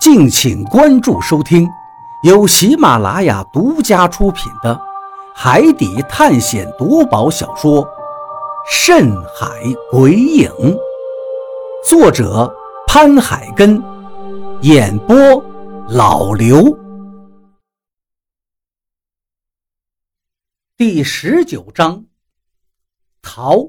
敬请关注收听，由喜马拉雅独家出品的海底探险夺宝小说《深海鬼影》，作者潘海根，演播老刘。第19章，逃。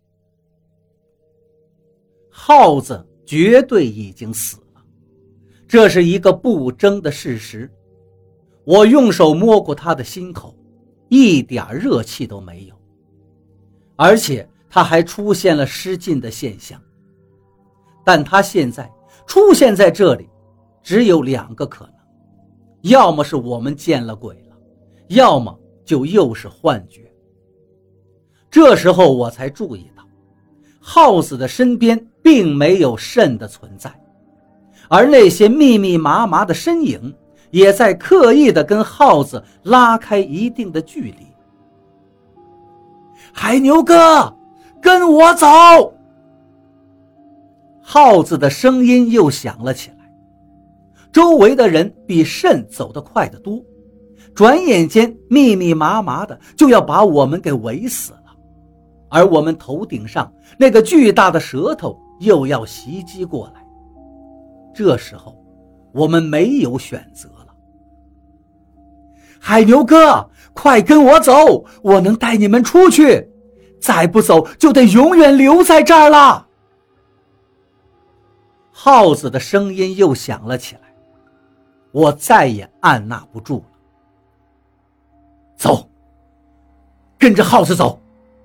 耗子绝对已经死了，这是一个不争的事实。我用手摸过他的心口，一点热气都没有，而且他还出现了失禁的现象。但他现在出现在这里，只有2个可能，要么是我们见了鬼了，要么就又是幻觉。这时候我才注意到，耗子的身边并没有肾的存在，而那些密密麻麻的身影也在刻意地跟耗子拉开一定的距离。海牛哥，跟我走！耗子的声音又响了起来，周围的人比肾走得快得多，转眼间密密麻麻的就要把我们给围死了，而我们头顶上那个巨大的舌头又要袭击过来。这时候我们没有选择了。海牛哥，快跟我走，我能带你们出去，再不走就得永远留在这儿了。耗子的声音又响了起来，我再也按捺不住了。走，跟着耗子走。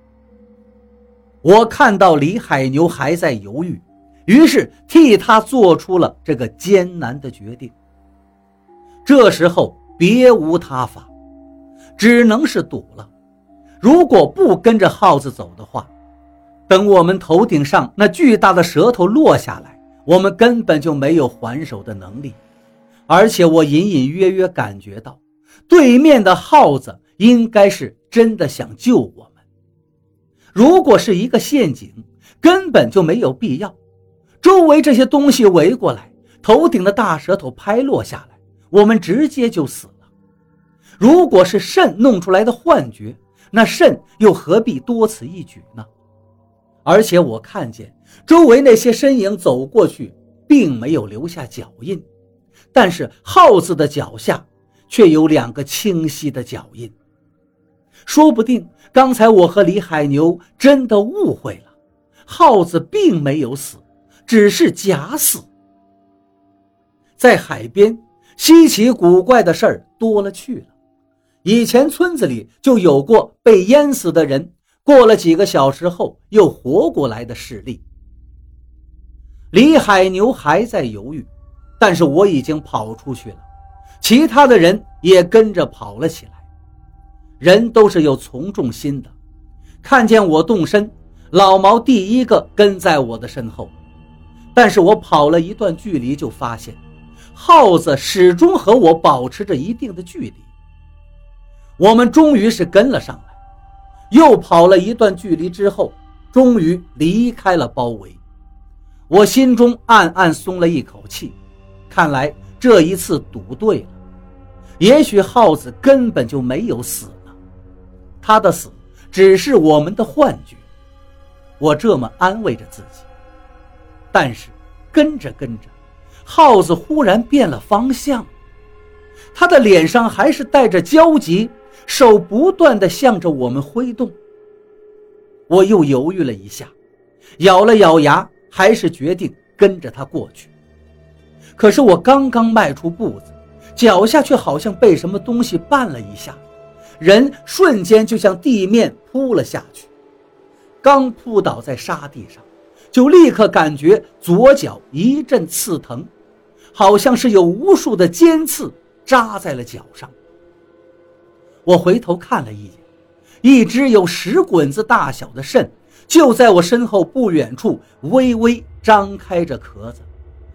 我看到李海牛还在犹豫，于是替他做出了这个艰难的决定。这时候别无他法，只能是赌了。如果不跟着耗子走的话，等我们头顶上那巨大的舌头落下来，我们根本就没有还手的能力。而且我隐隐约约感觉到，对面的耗子应该是真的想救我们。如果是一个陷阱，根本就没有必要。周围这些东西围过来，头顶的大舌头拍落下来，我们直接就死了。如果是肾弄出来的幻觉，那肾又何必多此一举呢？而且我看见周围那些身影走过去，并没有留下脚印，但是耗子的脚下却有2个清晰的脚印。说不定刚才我和李海牛真的误会了，耗子并没有死，只是假死。在海边，稀奇古怪的事儿多了去了。以前村子里就有过被淹死的人，过了几个小时后又活过来的事例。李海牛还在犹豫，但是我已经跑出去了，其他的人也跟着跑了起来。人都是有从众心的，看见我动身，老毛第一个跟在我的身后。但是我跑了一段距离就发现，耗子始终和我保持着一定的距离。我们终于是跟了上来，又跑了一段距离之后，终于离开了包围。我心中暗暗松了一口气，看来这一次赌对了。也许耗子根本就没有死呢，他的死只是我们的幻觉。我这么安慰着自己。但是跟着跟着，耗子忽然变了方向，他的脸上还是带着焦急，手不断地向着我们挥动。我又犹豫了一下，咬了咬牙，还是决定跟着他过去。可是我刚刚迈出步子，脚下却好像被什么东西绊了一下，人瞬间就向地面扑了下去。刚扑倒在沙地上，就立刻感觉左脚一阵刺疼，好像是有无数的尖刺扎在了脚上。我回头看了一眼，一只有10滚子大小的肾就在我身后不远处微微张开着壳子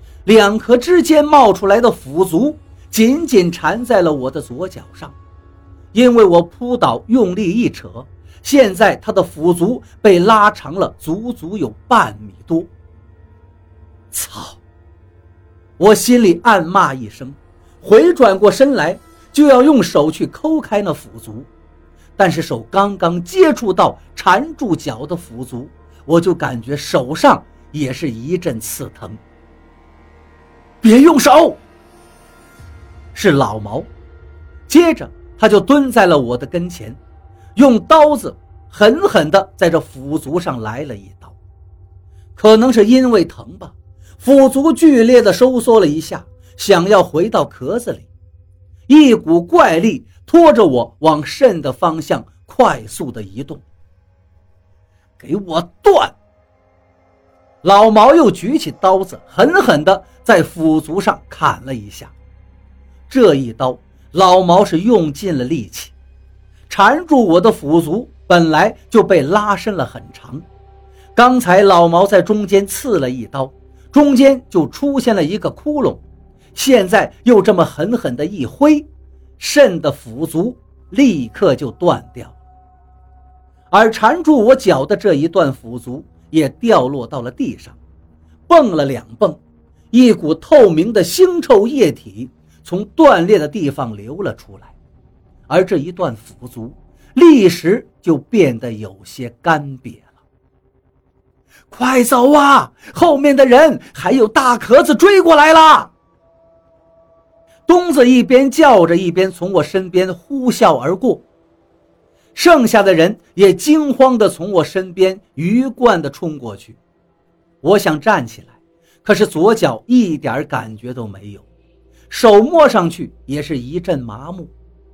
，2颗之间冒出来的腐足紧紧缠在了我的左脚上。因为我扑倒用力一扯，现在它的腐足被拉长了足足有半米多。操！ 我心里暗骂一声，回转过身来就要用手去抠开那腐竹，但是手刚刚接触到缠住脚的腐竹，我就感觉手上也是一阵刺疼。别用手！是老毛。接着他就蹲在了我的跟前，用刀子狠狠地在这腐竹上来了一刀。可能是因为疼吧，腐竹剧烈地收缩了一下，想要回到壳子里，一股怪力拖着我往肾的方向快速地移动。给我断！老毛又举起刀子，狠狠地在腐竹上砍了一下。这一刀，老毛是用尽了力气，缠住我的腐竹本来就被拉伸了很长，刚才老毛在中间刺了一刀，中间就出现了一个窟窿，现在又这么狠狠的一挥，肾的腐竹立刻就断掉了，而缠住我脚的这一段腐竹也掉落到了地上，蹦了2蹦，一股透明的腥臭液体从断裂的地方流了出来，而这一段腐竹立时就变得有些干瘪了。快走啊，后面的人还有大壳子追过来了！东子一边叫着，一边从我身边呼啸而过，剩下的人也惊慌地从我身边鱼贯地冲过去。我想站起来，可是左脚一点感觉都没有，手摸上去也是一阵麻木。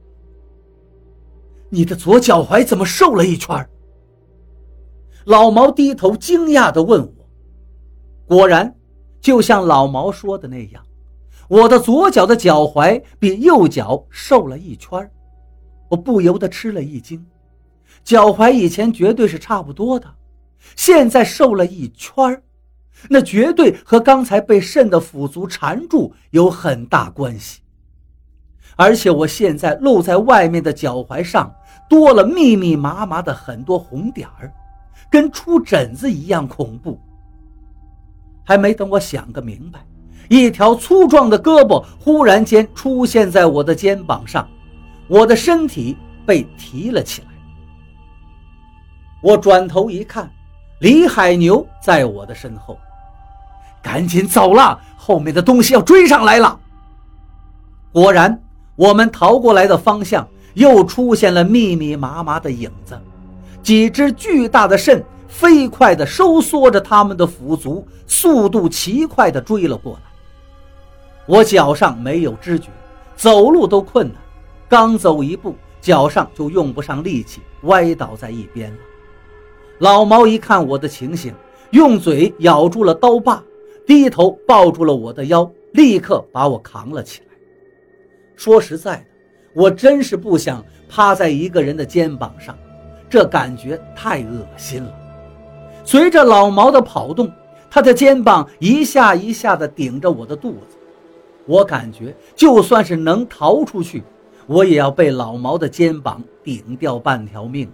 你的左脚踝怎么瘦了一圈？老毛低头惊讶地问我。果然就像老毛说的那样，我的左脚的脚踝比右脚瘦了一圈。我不由得吃了一惊，脚踝以前绝对是差不多的，现在瘦了一圈，那绝对和刚才被肾的腐竹缠住有很大关系。而且我现在露在外面的脚踝上多了密密麻麻的很多红点儿，跟出疹子一样恐怖。还没等我想个明白，一条粗壮的胳膊忽然间出现在我的肩膀上，我的身体被提了起来。我转头一看，李海牛在我的身后。赶紧走了，后面的东西要追上来了。果然，我们逃过来的方向又出现了密密麻麻的影子，几只巨大的肾飞快地收缩着他们的腐竹，速度奇快地追了过来。我脚上没有知觉，走路都困难，刚走一步，脚上就用不上力气，歪倒在一边了。老毛一看我的情形，用嘴咬住了刀把，低头抱住了我的腰，立刻把我扛了起来。说实在的，我真是不想趴在一个人的肩膀上，这感觉太恶心了。随着老毛的跑动，他的肩膀一下一下地顶着我的肚子，我感觉就算是能逃出去，我也要被老毛的肩膀顶掉半条命。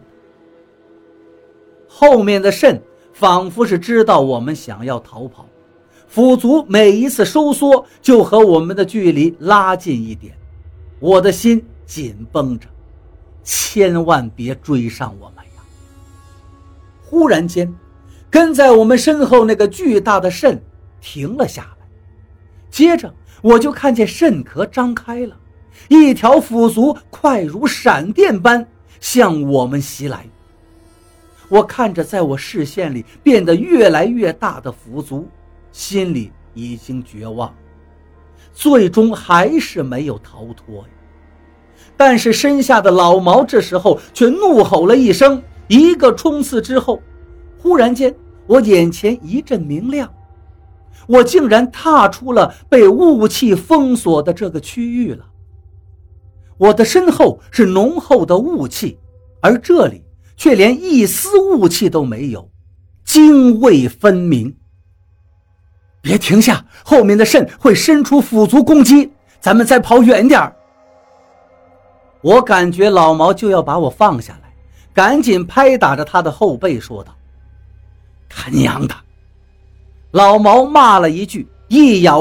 后面的肾仿佛是知道我们想要逃跑，腐竹每一次收缩就和我们的距离拉近一点，我的心紧绷着，千万别追上我们呀！忽然间，跟在我们身后那个巨大的肾停了下来，接着我就看见肾壳张开了，一条腐竹快如闪电般向我们袭来。我看着在我视线里变得越来越大的腐竹，心里已经绝望，最终还是没有逃脱呀。但是身下的老毛这时候却怒吼了一声，一个冲刺之后，忽然间我眼前一阵明亮，我竟然踏出了被雾气封锁的这个区域了。我的身后是浓厚的雾气，而这里却连一丝雾气都没有，泾渭分明。别停下，后面的肾会伸出腐竹攻击，咱们再跑远点。我感觉老毛就要把我放下来，赶紧拍打着他的后背说道：他娘的！老毛骂了一句，一咬牙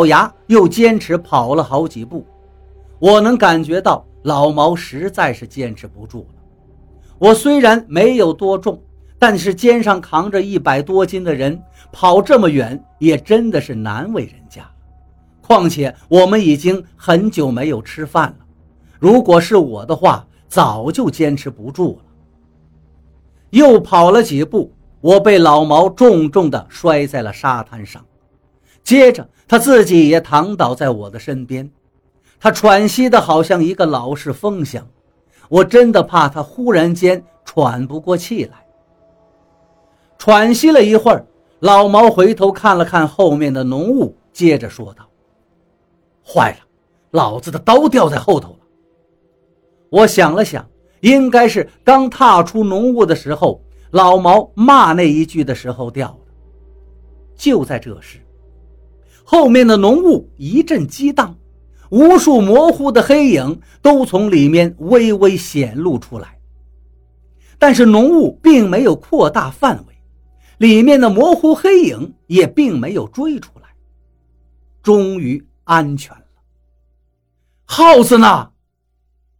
又坚持跑了好几步。我能感觉到老毛实在是坚持不住了。我虽然没有多重，但是肩上扛着100多斤的人，跑这么远也真的是难为人家。况且我们已经很久没有吃饭了，如果是我的话，早就坚持不住了。又跑了几步，我被老毛重重地摔在了沙滩上，接着他自己也躺倒在我的身边。他喘息得好像一个老式风箱，我真的怕他忽然间喘不过气来。喘息了一会儿，老毛回头看了看后面的浓雾，接着说道：坏了，老子的刀掉在后头了。我想了想，应该是刚踏出浓雾的时候，老毛骂那一句的时候掉了。就在这时，后面的浓雾一阵激荡，无数模糊的黑影都从里面微微显露出来。但是浓雾并没有扩大范围，里面的模糊黑影也并没有追出来。终于安全了。耗子呢？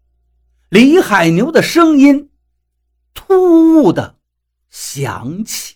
李海牛的声音突兀地响起。